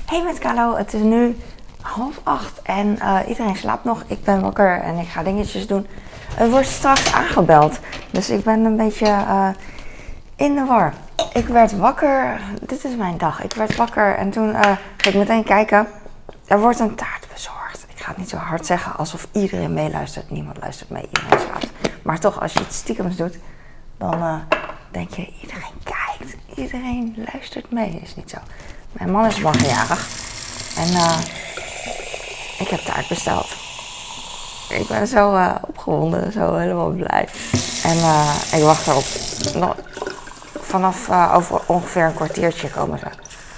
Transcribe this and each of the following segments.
Hey met Carlo, het is nu 7:30 en iedereen slaapt nog. Ik ben wakker en ik ga dingetjes doen. Het wordt straks aangebeld, dus ik ben een beetje in de war. Ik werd wakker, dit is mijn dag. Ik werd wakker en toen ging ik meteen kijken. Er wordt een taart bezorgd. Ik ga het niet zo hard zeggen alsof iedereen meeluistert. Niemand luistert mee, iedereen slaapt. Maar toch, als je iets stiekems doet, dan denk je, iedereen kijkt. Iedereen luistert mee, is niet zo. Mijn man is morgen jarig en ik heb taart besteld. Ik ben zo opgewonden, zo helemaal blij. En ik wacht erop. Vanaf over ongeveer een kwartiertje komen ze.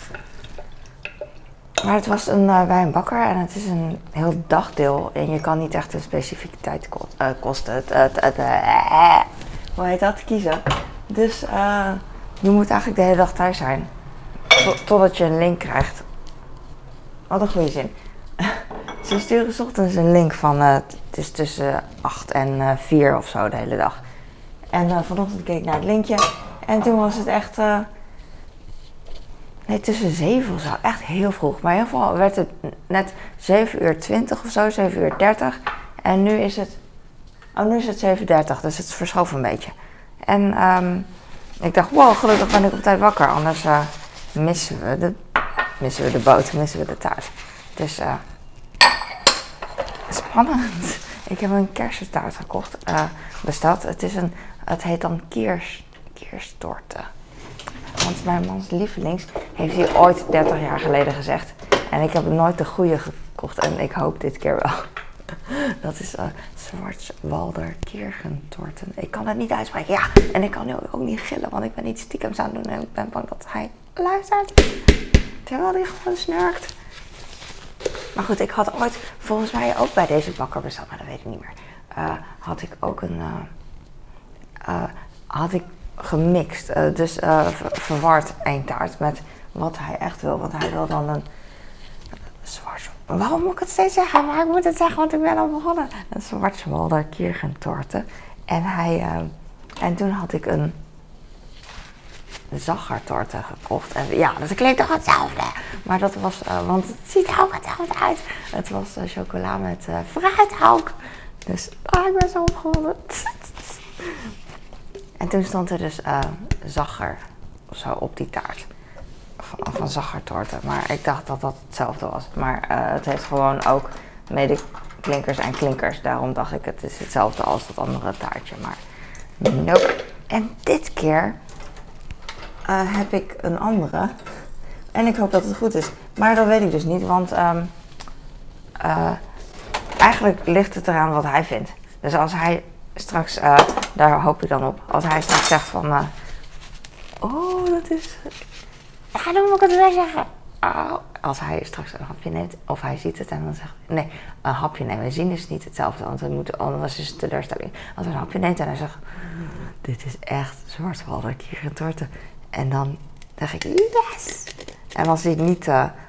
Maar het was bij een bakker en het is een heel dagdeel. En je kan niet echt een specifieke tijd kosten. Hoe heet dat? Kiezen. Dus je moet eigenlijk de hele dag thuis zijn. Totdat je een link krijgt. Wat een goede zin. Ze sturen 's ochtends een link van het is tussen 8 en 4 of zo de hele dag. En vanochtend keek ik naar het linkje. En toen was het echt tussen 7 of zo. Echt heel vroeg. Maar in ieder geval werd het net 7:20 of zo, 7:30. En nu is het 7:30, dus het verschoof een beetje. En ik dacht, wow, gelukkig ben ik op tijd wakker. Anders missen we de boot, missen we de taart. Dus spannend. Ik heb een kersentaart gekocht, besteld. Het heet dan Kierstorte. Want mijn mans lievelings heeft hij ooit 30 jaar geleden gezegd. En ik heb nooit de goede gekocht en ik hoop dit keer wel. Dat is Schwarzwälder Kirschtorten. Ik kan het niet uitspreken. Ja, en ik kan nu ook niet gillen, want ik ben iets stiekems aan het doen. En ik ben bang dat hij luistert. Terwijl hij gewoon snurkt. Maar goed, ik had ooit volgens mij ook bij deze bakker besteld. Maar dat weet ik niet meer. Had ik ook had ik gemixt. Dus verward eindtaart met wat hij echt wil. Want hij wil dan een zwart. Waarom moet ik het steeds zeggen? Maar ik moet het zeggen, want ik ben al begonnen. Een Schwarzwälder Kirschtorte. En toen had ik een Zachertorte gekocht. En ja, dat klinkt toch hetzelfde. Maar dat was, want het ziet er ook hetzelfde uit. Het was chocola met fruithout. Dus ik ben zo opgewonden. En toen stond er dus Zacher of zo op die taart. Van Zachertorte. Maar ik dacht dat dat hetzelfde was. Maar het heeft gewoon ook medeklinkers en klinkers. Daarom dacht ik, het is hetzelfde als dat andere taartje. Maar nope. En dit keer heb ik een andere. En ik hoop dat het goed is. Maar dat weet ik dus niet. Want eigenlijk ligt het eraan wat hij vindt. Dus als hij straks, daar hoop ik dan op. Als hij straks zegt van oh, dat is. Ja, dan moet ik het weer zeggen. Als hij straks een hapje neemt, of hij ziet het en dan zegt nee, een hapje nemen. We zien is niet hetzelfde, want anders is het teleurstelling. Als hij een hapje neemt en hij zegt, dit is echt Schwarzwälder Kirschtorte. En dan zeg ik, yes! En als hij niet,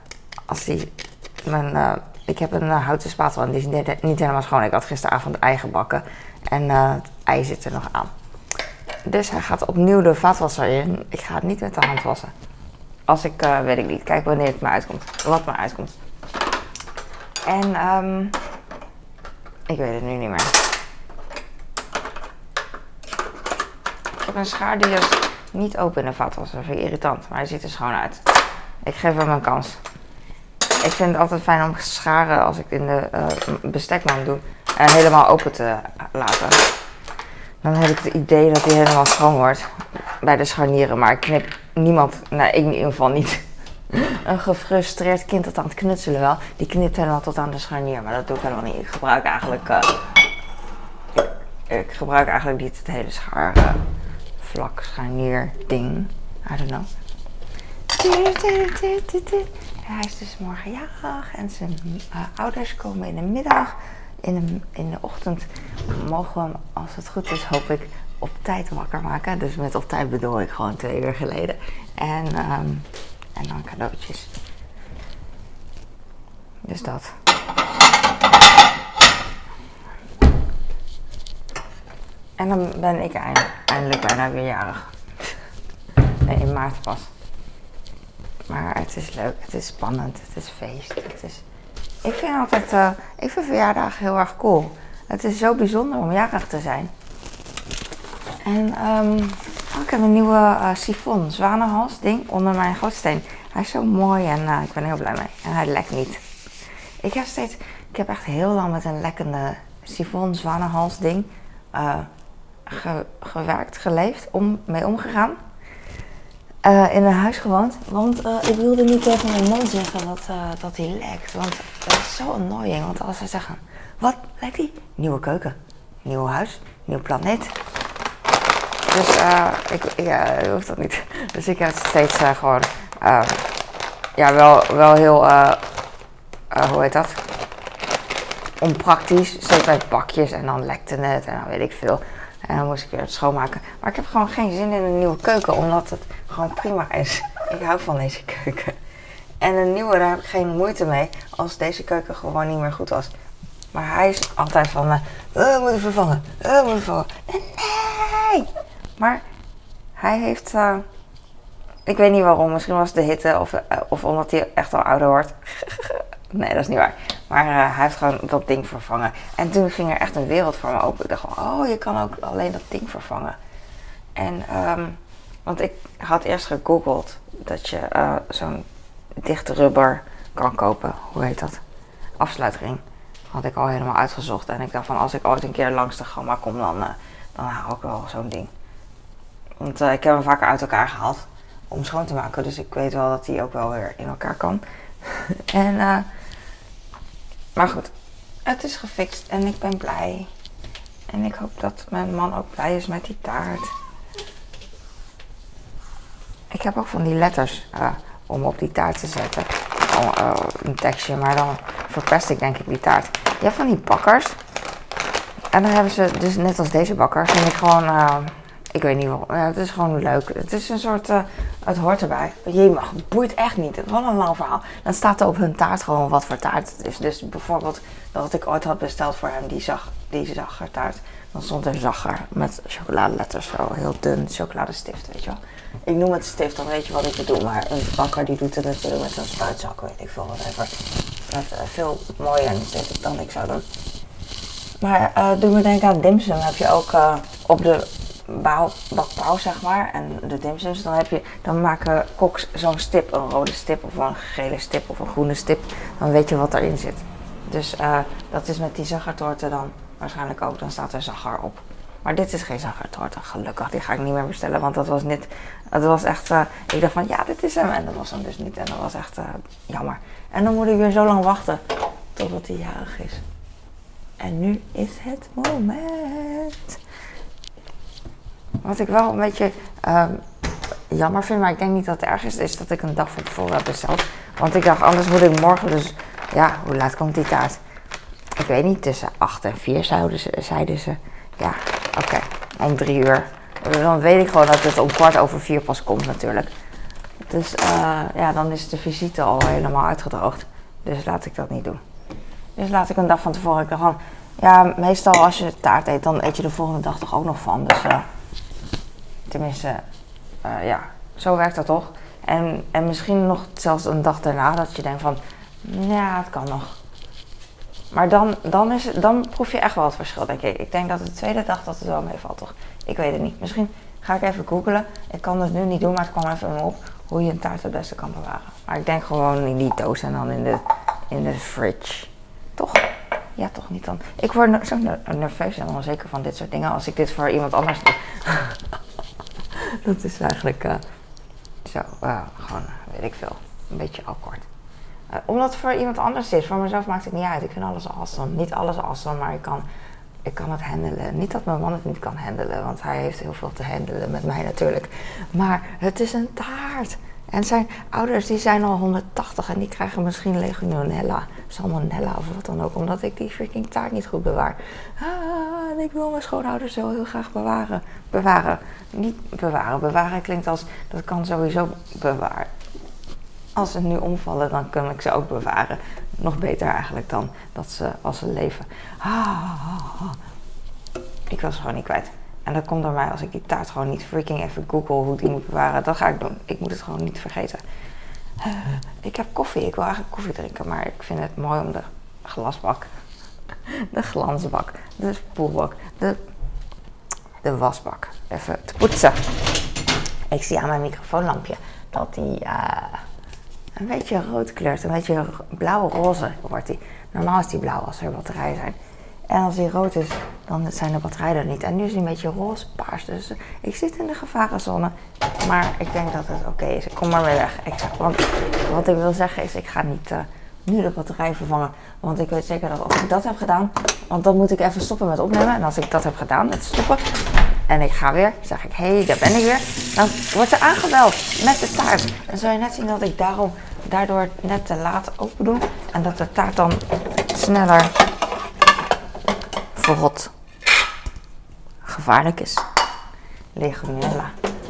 ik heb een houten spatel en die is niet helemaal schoon. Ik had gisteravond ei gebakken en het ei zit er nog aan. Dus hij gaat opnieuw de vaatwasser in. Ik ga het niet met de hand wassen. Als ik, weet ik niet. Kijk wanneer het me uitkomt. Wat me uitkomt. En ik weet het nu niet meer. Ik heb een schaar die is niet open in de vaatwasser. Dat vind ik irritant. Maar hij ziet er schoon uit. Ik geef hem een kans. Ik vind het altijd fijn om scharen als ik in de bestekman doe. Helemaal open te laten. Dan heb ik het idee dat hij helemaal schoon wordt bij de scharnieren. Maar ik knip niemand, nou ik in ieder geval niet. Een gefrustreerd kind dat aan het knutselen wel. Die knipt helemaal tot aan de scharnier. Maar dat doe ik helemaal niet. Ik gebruik eigenlijk niet het hele vlak scharnier ding. I don't know. Hij is dus morgen jarig en zijn ouders komen in de middag. In de ochtend mogen we hem, als het goed is, hoop ik, op tijd wakker maken. Dus met op tijd bedoel ik gewoon 2 uur geleden. En dan cadeautjes. Dus dat. En dan ben ik eindelijk bijna weer jarig. Nee, in maart pas. Maar het is leuk, het is spannend, het is feest. Ik vind verjaardagen heel erg cool. Het is zo bijzonder om jarig te zijn. En ik heb een nieuwe sifon zwanenhals ding onder mijn gootsteen. Hij is zo mooi en ik ben heel blij mee. En hij lekt niet. Ik heb echt heel lang met een lekkende sifon zwanenhals ding gewerkt, geleefd, mee omgegaan. In een huis gewoond. Want ik wilde niet tegen mijn man zeggen dat hij lekt. Want dat is zo annoying. Want als ze zeggen, wat lekt hij? Nieuwe keuken, nieuw huis, nieuw planeet. Dus ik hoef dat niet. Dus ik heb het steeds gewoon, wel heel, hoe heet dat? Onpraktisch. Steeds bij bakjes en dan lekte het en dan weet ik veel. En dan moest ik weer het schoonmaken. Maar ik heb gewoon geen zin in een nieuwe keuken, omdat het gewoon prima is. Ik hou van deze keuken. En een nieuwe, daar heb ik geen moeite mee als deze keuken gewoon niet meer goed was. Maar hij is altijd van, moeten vervangen, moeten vervangen. Nee! Maar hij heeft, ik weet niet waarom, misschien was het de hitte of omdat hij echt al ouder wordt. Nee, dat is niet waar. Maar hij heeft gewoon dat ding vervangen. En toen ging er echt een wereld voor me open. Ik dacht van, je kan ook alleen dat ding vervangen. En, want ik had eerst gegoogeld dat je zo'n dichte rubber kan kopen. Hoe heet dat? Afsluitring. Had ik al helemaal uitgezocht. En ik dacht van, als ik ooit een keer langs de gamma kom, dan haal ik wel zo'n ding. Want ik heb hem vaker uit elkaar gehaald om schoon te maken. Dus ik weet wel dat hij ook wel weer in elkaar kan. En, maar goed, het is gefixt en ik ben blij. En ik hoop dat mijn man ook blij is met die taart. Ik heb ook van die letters om op die taart te zetten. Een tekstje, maar dan verpest ik denk ik die taart. Je hebt van die bakkers. En dan hebben ze, dus net als deze bakker, vind ik gewoon, ik weet niet waarom, het is gewoon leuk. Het is een soort, het hoort erbij. Het boeit echt niet. Wat een lang verhaal. Dan staat er op hun taart gewoon wat voor taart het is. Dus bijvoorbeeld, dat ik ooit had besteld voor hem, die zaggertaart. Dan stond er zagger met chocoladeletters, zo heel dun chocoladestift, weet je wel. Ik noem het stift, dan weet je wat ik bedoel. Maar een bakker die doet het natuurlijk met een spuitzak, weet ik veel, whatever. Met veel mooier dan ik zou doen. Maar doe me denken aan dimsum. Heb je ook op de bakpauw, zeg maar. En de dimsums, dan maken koks zo'n stip. Een rode stip of een gele stip of een groene stip. Dan weet je wat erin zit. Dus dat is met die zaggertorten dan waarschijnlijk ook. Dan staat er zagger op. Maar dit is geen zaggertorten, gelukkig. Die ga ik niet meer bestellen, want dat was niet... Het was echt... ik dacht van, ja, dit is hem. En dat was hem dus niet. En dat was echt jammer. En dan moet ik weer zo lang wachten totdat hij jarig is. En nu is het moment. Wat ik wel een beetje jammer vind, maar ik denk niet dat het erg is dat ik een dag van tevoren heb besteld. Want ik dacht, anders moet ik morgen dus... Ja, hoe laat komt die taart? Ik weet niet, tussen 8 en 4 zeiden ze. Ja, oké, om 3 uur. Dan weet ik gewoon dat het om 4:15 pas komt natuurlijk. Dus dan is de visite al helemaal uitgedroogd. Dus laat ik dat niet doen. Dus laat ik een dag van tevoren. Ik dacht van, ja, meestal als je taart eet, dan eet je de volgende dag toch ook nog van. Dus tenminste, zo werkt dat toch. En misschien nog zelfs een dag daarna dat je denkt van, ja, het kan nog. Maar dan proef je echt wel het verschil, denk ik. Ik denk dat de tweede dag dat het wel meevalt, toch? Ik weet het niet. Misschien ga ik even googlen. Ik kan het nu niet doen, maar het kwam even in me op hoe je een taart het beste kan bewaren. Maar ik denk gewoon in die doos en dan in de fridge. Toch? Ja, toch niet dan. Ik word zo nerveus en onzeker van dit soort dingen als ik dit voor iemand anders doe. Dat is eigenlijk gewoon, weet ik veel, een beetje awkward. Omdat het voor iemand anders is, voor mezelf maakt het niet uit. Ik vind alles awesome. Niet alles awesome, maar ik kan het handelen. Niet dat mijn man het niet kan handelen, want hij heeft heel veel te handelen met mij natuurlijk. Maar het is een taart. En zijn ouders die zijn al 180 en die krijgen misschien legionella, salmonella of wat dan ook. Omdat ik die freaking taart niet goed bewaar. En ik wil mijn schoonouders zo heel graag bewaren. Niet bewaren. Bewaren klinkt als, dat kan sowieso bewaren. Als ze nu omvallen, dan kan ik ze ook bewaren. Nog beter eigenlijk dan dat ze als ze leven. Ik was ze gewoon niet kwijt. En dat komt door mij als ik die taart gewoon niet freaking even google hoe ik die moet bewaren. Dat ga ik doen. Ik moet het gewoon niet vergeten. Ik heb koffie. Ik wil eigenlijk koffie drinken, maar ik vind het mooi om de glasbak, de glansbak, de spoelbak, de wasbak even te poetsen. Ik zie aan mijn microfoonlampje dat die een beetje rood kleurt. Een beetje blauw-roze wordt die. Normaal is die blauw als er batterijen zijn. En als die rood is, dan zijn de batterijen er niet. En nu is die een beetje roze-paars. Dus ik zit in de gevarenzone. Maar ik denk dat het oké is. Ik kom maar weer weg. Want wat ik wil zeggen is, ik ga niet nu de batterij vervangen. Want ik weet zeker dat als ik dat heb gedaan, want dan moet ik even stoppen met opnemen. En als ik dat heb gedaan, met stoppen, en ik ga weer, zeg ik, hé, daar ben ik weer. Dan wordt er aangebeld met de taart. En zul je net zien dat ik daardoor net te laat open doe. En dat de taart dan sneller verrot. Gevaarlijk is. Legionella.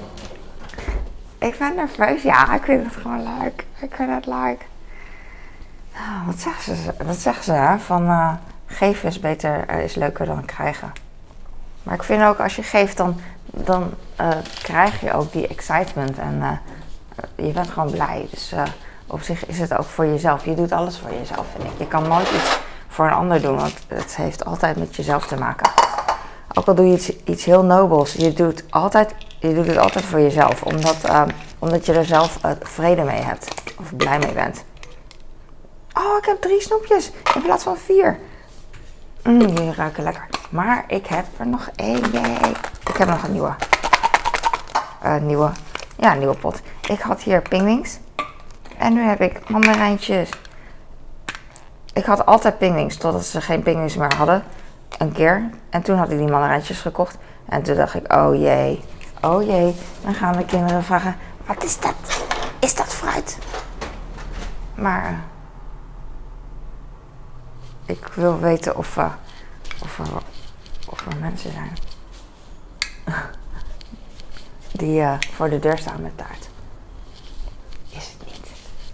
Ik ben nerveus. Ja, ik vind het gewoon leuk. Ik vind het leuk. Nou, wat zeggen ze hè? Van geven is beter, is leuker dan krijgen. Maar ik vind ook als je geeft, dan krijg je ook die excitement. En je bent gewoon blij. Dus op zich is het ook voor jezelf. Je doet alles voor jezelf, vind ik. Je kan nooit iets voor een ander doen, want het heeft altijd met jezelf te maken. Ook al doe je iets heel nobels, je doet het altijd voor jezelf. Omdat je er zelf vrede mee hebt. Of blij mee bent. Oh, ik heb 3 snoepjes in plaats van 4. Die ruiken lekker. Maar ik heb er nog 1. Ik heb nog een nieuwe pot. Ik had hier pingwings. En nu heb ik mandarijntjes. Ik had altijd pingwings, totdat ze geen pingwings meer hadden. Een keer. En toen had ik die mandarijntjes gekocht. En toen dacht ik, oh jee. Dan gaan de kinderen vragen, wat is dat? Is dat fruit? Maar ik wil weten of er mensen zijn die voor de deur staan met taart. Is het niet.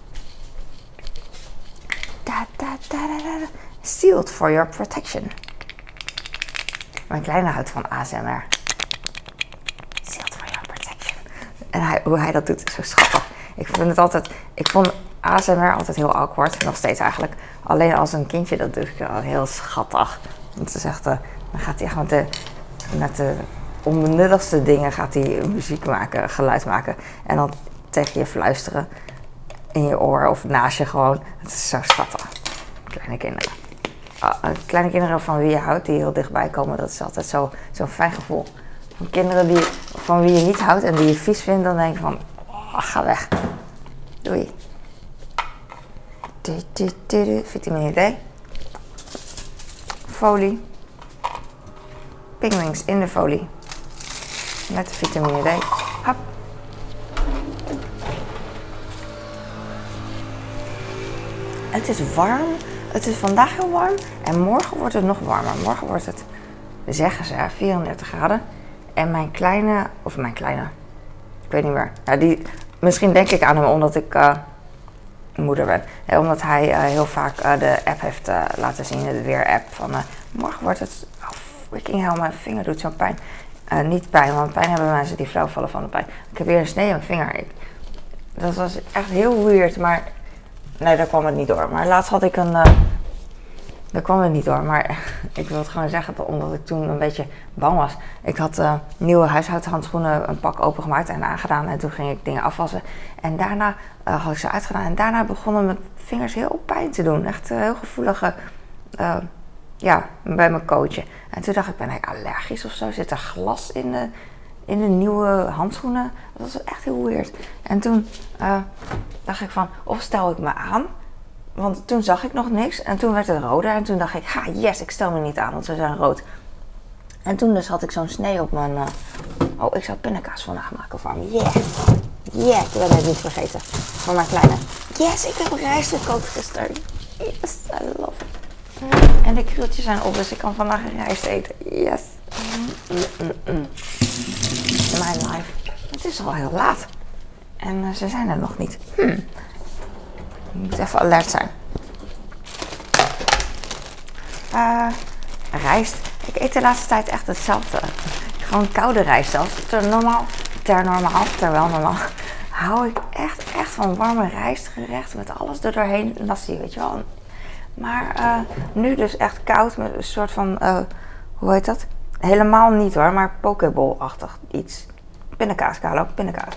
Sealed for your protection. Mijn kleine houdt van ASMR. Sealed for your protection. En hoe hij dat doet is zo schattig. Ik vond ASMR altijd heel awkward. Nog steeds eigenlijk. Alleen als een kindje dat doet, ik wel heel schattig. Want ze zegt, dan gaat hij echt met de onbenulligste dingen gaat hij muziek maken, geluid maken. En dan tegen je fluisteren in je oor of naast je gewoon. Het is zo schattig. Kleine kinderen. Kleine kinderen van wie je houdt, die heel dichtbij komen, dat is altijd zo'n fijn gevoel. Van kinderen van wie je niet houdt en die je vies vindt, dan denk je van, ga weg. Doei. Vitamine D. Folie. Pingwings in de folie. Met de vitamine D. Hap. Het is warm. Het is vandaag heel warm. En morgen wordt het nog warmer. Morgen wordt het, zeggen ze, 34 graden. En mijn kleine. Ik weet niet meer. Ja, misschien denk ik aan hem omdat ik moeder ben. Omdat hij heel vaak de app heeft laten zien. De weer-app. Van morgen wordt het. Oh, freaking hell, mijn vinger doet zo'n pijn. Niet pijn, want pijn hebben mensen die flauw vallen van de pijn. Ik heb weer een snee in mijn vinger. Dat was echt heel weird, maar nee, daar kwam het niet door. Maar laatst had ik daar kwam het niet door, maar ik wil het gewoon zeggen, omdat ik toen een beetje bang was. Ik had nieuwe huishoudhandschoenen, een pak opengemaakt en aangedaan. En toen ging ik dingen afwassen. En daarna had ik ze uitgedaan. En daarna begonnen mijn vingers heel pijn te doen. Echt heel gevoelige, bij mijn kootje. En toen dacht ik, ben ik allergisch of zo? Zit er glas in de nieuwe handschoenen? Dat was echt heel weird. En toen dacht ik van, of stel ik me aan? Want toen zag ik nog niks. En toen werd het roder. En toen dacht ik, yes, ik stel me niet aan, want ze zijn rood. En toen dus had ik zo'n snee op mijn... ik zou pindakaas vandaag maken voor me. Yeah, ik ben het niet vergeten. Voor mijn kleine. Yes, ik heb rijst gekookt gisteren. Yes, I love it. En de krieltjes zijn op, dus ik kan vandaag rijst eten. Yes. My life. Het is al heel laat. En ze zijn er nog niet. Je moet even alert zijn. Rijst. Ik eet de laatste tijd echt hetzelfde. Gewoon koude rijst zelfs. Terwijl normaal hou ik echt van warme rijstgerechten met alles er doorheen. Nasi, weet je wel. Maar nu dus echt koud met een soort van, hoe heet dat? Helemaal niet hoor, maar pokeball-achtig iets. Pindakaas, Carlo. Pindakaas.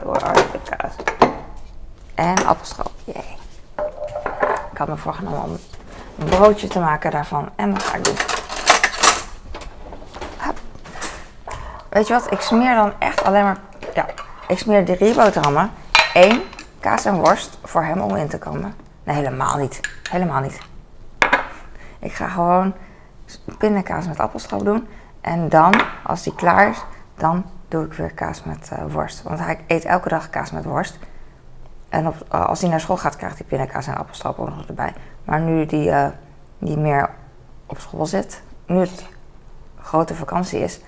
En appelstroop. Yay. Ik had me voorgenomen om een broodje te maken daarvan. En dat ga ik doen. Hup. Weet je wat? Ik smeer dan echt alleen maar... Ja, ik smeer 3 boterhammen. 1 kaas en worst voor hem om in te komen. Nee, helemaal niet. Helemaal niet. Ik ga gewoon pindakaas met appelstroop doen. En dan, als die klaar is, dan doe ik weer kaas met worst. Want hij eet elke dag kaas met worst. En als hij naar school gaat, krijgt hij pindakaas en appelstroop ook nog erbij. Maar nu die meer op school zit, nu het grote vakantie is,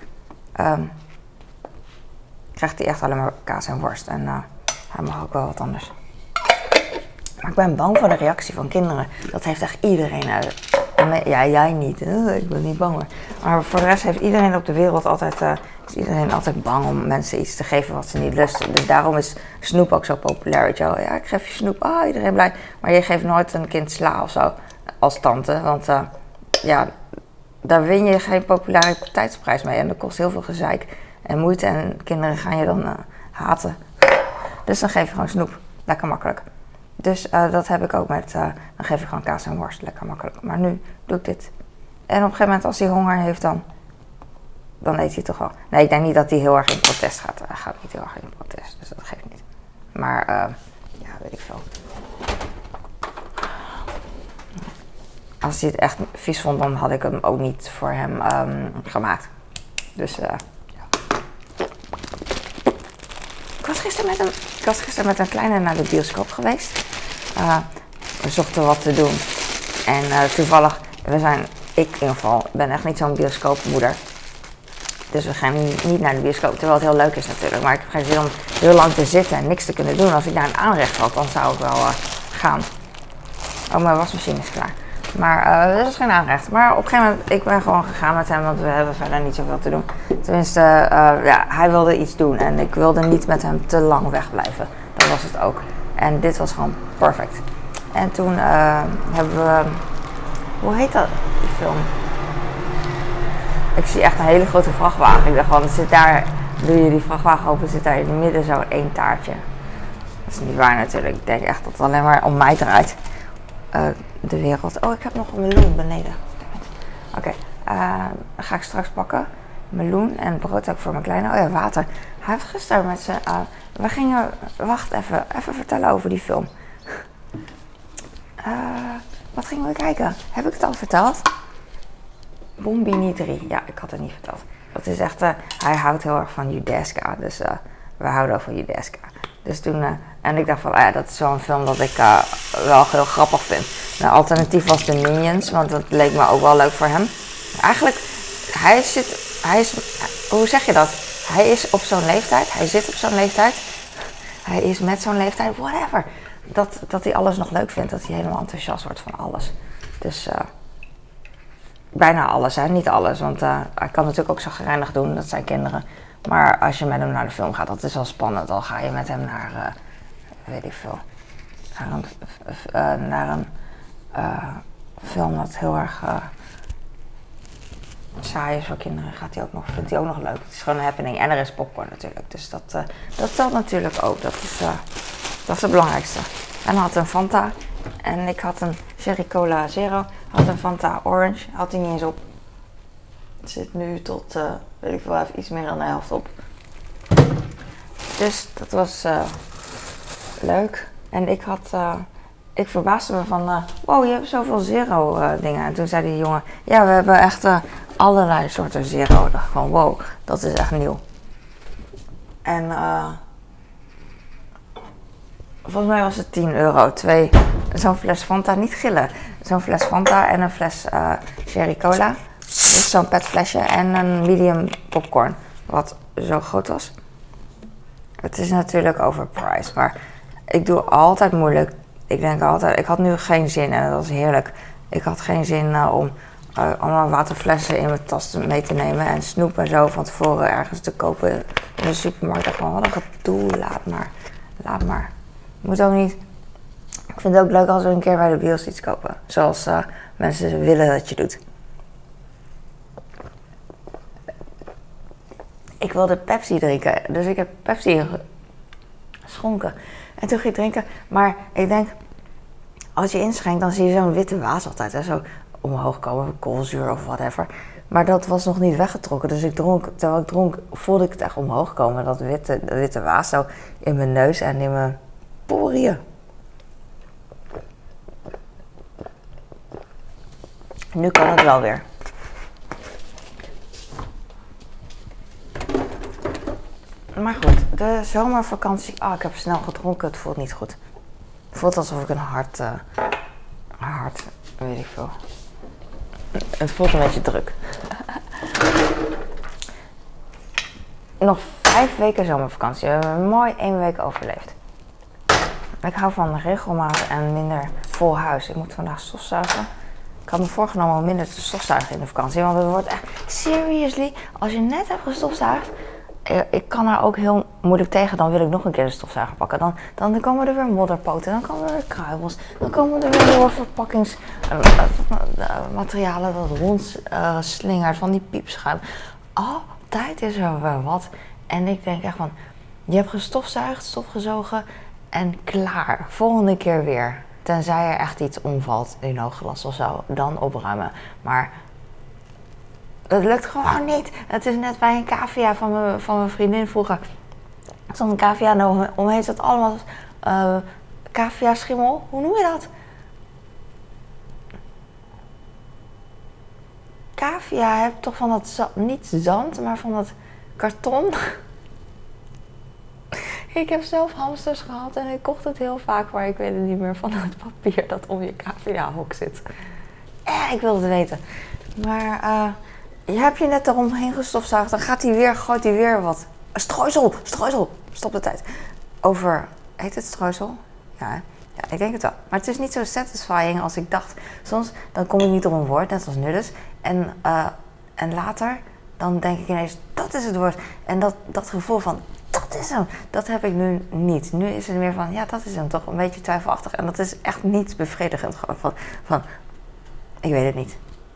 krijgt hij echt alleen maar kaas en worst. En hij mag ook wel wat anders. Maar ik ben bang voor de reactie van kinderen. Dat heeft echt iedereen. Ja, jij niet. Ik ben niet bang hoor. Maar voor de rest heeft iedereen op de wereld is iedereen altijd bang om mensen iets te geven wat ze niet lusten. Dus daarom is snoep ook zo populair. Weet je wel. Ja, ik geef je snoep. Iedereen blij. Maar je geeft nooit een kind sla of zo. Als tante. Want ja, daar win je geen populariteitsprijs mee. En dat kost heel veel gezeik en moeite. En kinderen gaan je dan haten. Dus dan geef je gewoon snoep. Lekker makkelijk. Dus dat heb ik ook met, dan geef ik gewoon kaas en worst, lekker makkelijk. Maar nu doe ik dit. En op een gegeven moment als hij honger heeft, dan eet hij toch wel. Nee, ik denk niet dat hij heel erg in protest gaat. Hij gaat niet heel erg in protest, dus dat geeft niet. Maar, ja, weet ik veel. Als hij het echt vies vond, dan had ik hem ook niet voor hem gemaakt. Dus, ja. Ik was gisteren met een kleine naar de bioscoop geweest. We zochten wat te doen. En toevallig, ik in ieder geval, ben echt niet zo'n bioscoopmoeder. Dus we gaan niet naar de bioscoop, terwijl het heel leuk is natuurlijk. Maar ik heb geen zin om heel lang te zitten en niks te kunnen doen. Als ik daar een aanrecht had, dan zou ik wel gaan. Oh, mijn wasmachine is klaar. Maar dat is geen aanrecht. Maar op een gegeven moment, ik ben gewoon gegaan met hem, want we hebben verder niet zoveel te doen. Tenminste, ja, hij wilde iets doen en ik wilde niet met hem te lang wegblijven. Dat was het ook. En dit was gewoon perfect. En toen hebben we, hoe heet dat, die film? Ik zie echt een hele grote vrachtwagen. Ik dacht gewoon, zit daar, doe je die vrachtwagen open, zit daar in het midden zo 1 taartje. Dat is niet waar natuurlijk. Ik denk echt dat het alleen maar om mij draait. De wereld. Oh, ik heb nog een meloen beneden. Oké, ga ik straks pakken. Meloen en brood ook voor mijn kleine. Oh ja, water. Hij heeft gisteren met zijn... we gingen... Wacht even. Even vertellen over die film. Wat gingen we kijken? Heb ik het al verteld? Bombini 3. Ja, ik had het niet verteld. Dat is echt... hij houdt heel erg van Judeska. Dus we houden ook van Judeska. Dus toen... en ik dacht van... ja, dat is zo'n film dat ik wel heel grappig vind. Een alternatief was de Minions. Want dat leek me ook wel leuk voor hem. Eigenlijk... hoe zeg je dat? Hij is op zo'n leeftijd. Hij zit op zo'n leeftijd. Hij is met zo'n leeftijd. Whatever. Dat hij alles nog leuk vindt. Dat hij helemaal enthousiast wordt van alles. Dus... bijna alles, hè? Niet alles, want hij kan natuurlijk ook zo gereinigd doen, dat zijn kinderen. Maar als je met hem naar de film gaat, dat is wel spannend. Dan ga je met hem naar, weet ik veel, naar een film dat heel erg saai is voor kinderen. Vindt hij ook nog leuk. Het is gewoon een happening en er is popcorn natuurlijk. Dus dat telt natuurlijk ook. Dat is het belangrijkste. En hij had een Fanta en ik had een Cherry Cola Zero. Had een Fanta Orange, had hij niet eens op. Het zit nu tot, weet ik veel, even iets meer dan de helft op. Dus dat was leuk. En ik verbaasde me van, wow, je hebt zoveel Zero dingen. En toen zei die jongen, ja, we hebben echt allerlei soorten Zero. Ik dacht van, wow, dat is echt nieuw. En volgens mij was het €10. Zo'n fles Fanta, niet gillen. Zo'n fles Fanta en een fles Cherry Cola. Dus zo'n petflesje en een medium popcorn. Wat zo groot was. Het is natuurlijk overpriced, maar ik doe altijd moeilijk. Ik denk altijd, ik had nu geen zin en dat was heerlijk. Ik had geen zin om allemaal waterflessen in mijn tas mee te nemen en snoep en zo van tevoren ergens te kopen in de supermarkt. Ik gewoon, wat een gedoe, laat maar. laat maar. Moet ook niet. Ik vind het ook leuk als we een keer bij de bios iets kopen. Zoals mensen willen dat je doet. Ik wilde Pepsi drinken, dus ik heb Pepsi geschonken. En toen ging ik drinken, maar ik denk, als je inschenkt, dan zie je zo'n witte waas altijd. Hè? Zo omhoog komen, koolzuur of whatever. Maar dat was nog niet weggetrokken. Dus terwijl ik dronk, voelde ik het echt omhoog komen. Dat witte waas zo in mijn neus en in mijn poriën. Nu kan het wel weer. Maar goed, de zomervakantie. Ik heb snel gedronken. Het voelt niet goed. Het voelt alsof ik een hart, weet ik veel. Het voelt een beetje druk. Nog 5 weken zomervakantie. We hebben mooi 1 week overleefd. Ik hou van regelmaat en minder vol huis. Ik moet vandaag stofzuigen. Ik had me voorgenomen om minder te stofzuigen in de vakantie. Want het wordt echt, seriously, als je net hebt gestofzuigd. Ik kan daar ook heel moeilijk tegen. Dan wil ik nog een keer de stofzuiger pakken. Dan komen er weer modderpoten. Dan komen er weer kruimels. Dan komen er weer nieuwe verpakkingsmaterialen dat rondslingert van die piepschuim. Altijd is er weer wat. En ik denk echt van, je hebt gestofzuigd, stofgezogen en klaar. Volgende keer weer. Tenzij er echt iets omvalt in hoogglas of zo. Dan opruimen. Maar het lukt gewoon niet. Het is net bij een cavia van mijn vriendin vroeger. Er stond een cavia en omheen zat allemaal cavia schimmel. Hoe noem je dat? Cavia hebt toch van dat niet zand, maar van dat karton. Ik heb zelf hamsters gehad en ik kocht het heel vaak, maar ik weet het niet meer van het papier dat om je cavia-hok zit. Ik wil het weten. Maar heb je net eromheen gestofzuigd, dan gooit hij weer wat. Strooisel! Stop de tijd. Heet het strooisel? Ja, ik denk het wel. Maar het is niet zo satisfying als ik dacht. Soms dan kom ik niet op een woord, net als nu dus. En later, dan denk ik ineens, dat is het woord. En dat gevoel van, dat is hem. Dat heb ik nu niet. Nu is het meer van, ja, dat is hem toch een beetje twijfelachtig. En dat is echt niet bevredigend. Gewoon van ik weet het niet.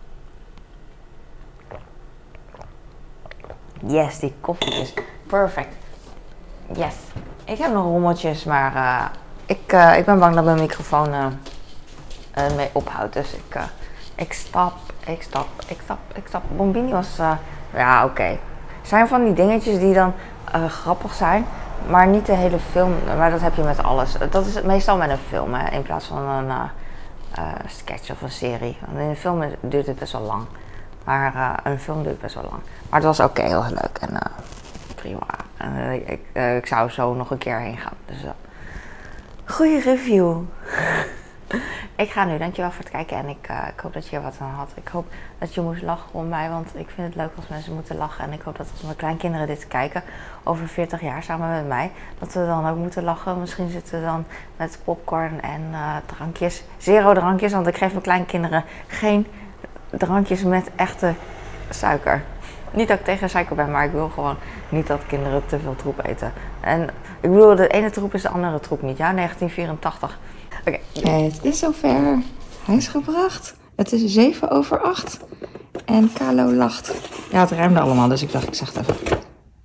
Yes, die koffie is perfect. Yes. Ik heb nog rommeltjes, maar ik ben bang dat mijn microfoon mee ophoudt. Dus ik stap. Bombini was, ja oké. Zijn van die dingetjes die dan grappig zijn, maar niet de hele film. Maar dat heb je met alles. Dat is meestal met een film, hè, in plaats van een sketch of een serie. Want in een film duurt het best wel lang. Maar een film duurt best wel lang. Maar het was oké, heel leuk en prima. Ik zou zo nog een keer heen gaan. Dus goeie review. Ik ga nu, dankjewel voor het kijken en ik hoop dat je er wat aan had. Ik hoop dat je moest lachen om mij, want ik vind het leuk als mensen moeten lachen. En ik hoop dat als mijn kleinkinderen dit kijken, over 40 jaar samen met mij, dat we dan ook moeten lachen. Misschien zitten we dan met popcorn en drankjes. 0 drankjes, want ik geef mijn kleinkinderen geen drankjes met echte suiker. Niet dat ik tegen suiker ben, maar ik wil gewoon niet dat kinderen te veel troep eten. En ik bedoel, de ene troep is de andere troep niet. Ja, 1984. Oké. Het is zover. Hij is gebracht. Het is 7:07. En Carlo lacht. Ja, het ruimde allemaal, dus ik dacht, ik zeg het even.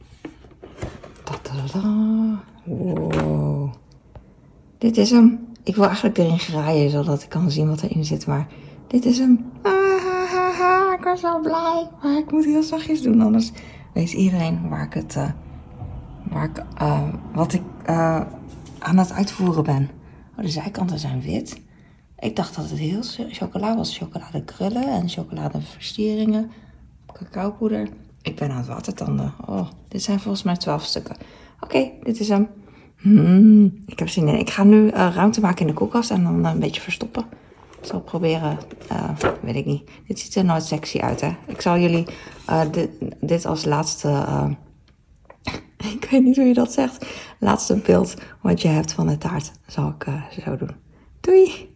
Wow. Dit is hem. Ik wil eigenlijk erin graaien, zodat ik kan zien wat erin zit, maar dit is hem. Ik was zo blij. Maar ik moet heel zachtjes doen, anders weet iedereen wat ik aan het uitvoeren ben. De zijkanten zijn wit. Ik dacht dat het heel chocola was. Chocoladekrullen en chocoladeversieringen. Cacaopoeder. Ik ben aan het watertanden. Dit zijn volgens mij 12 stukken. Oké, dit is hem. Ik heb zin in. Ik ga nu ruimte maken in de koelkast en dan een beetje verstoppen. Ik zal proberen, weet ik niet. Dit ziet er nooit sexy uit, hè. Ik zal jullie dit als laatste, ik weet niet hoe je dat zegt, laatste beeld wat je hebt van de taart, zal ik zo doen. Doei!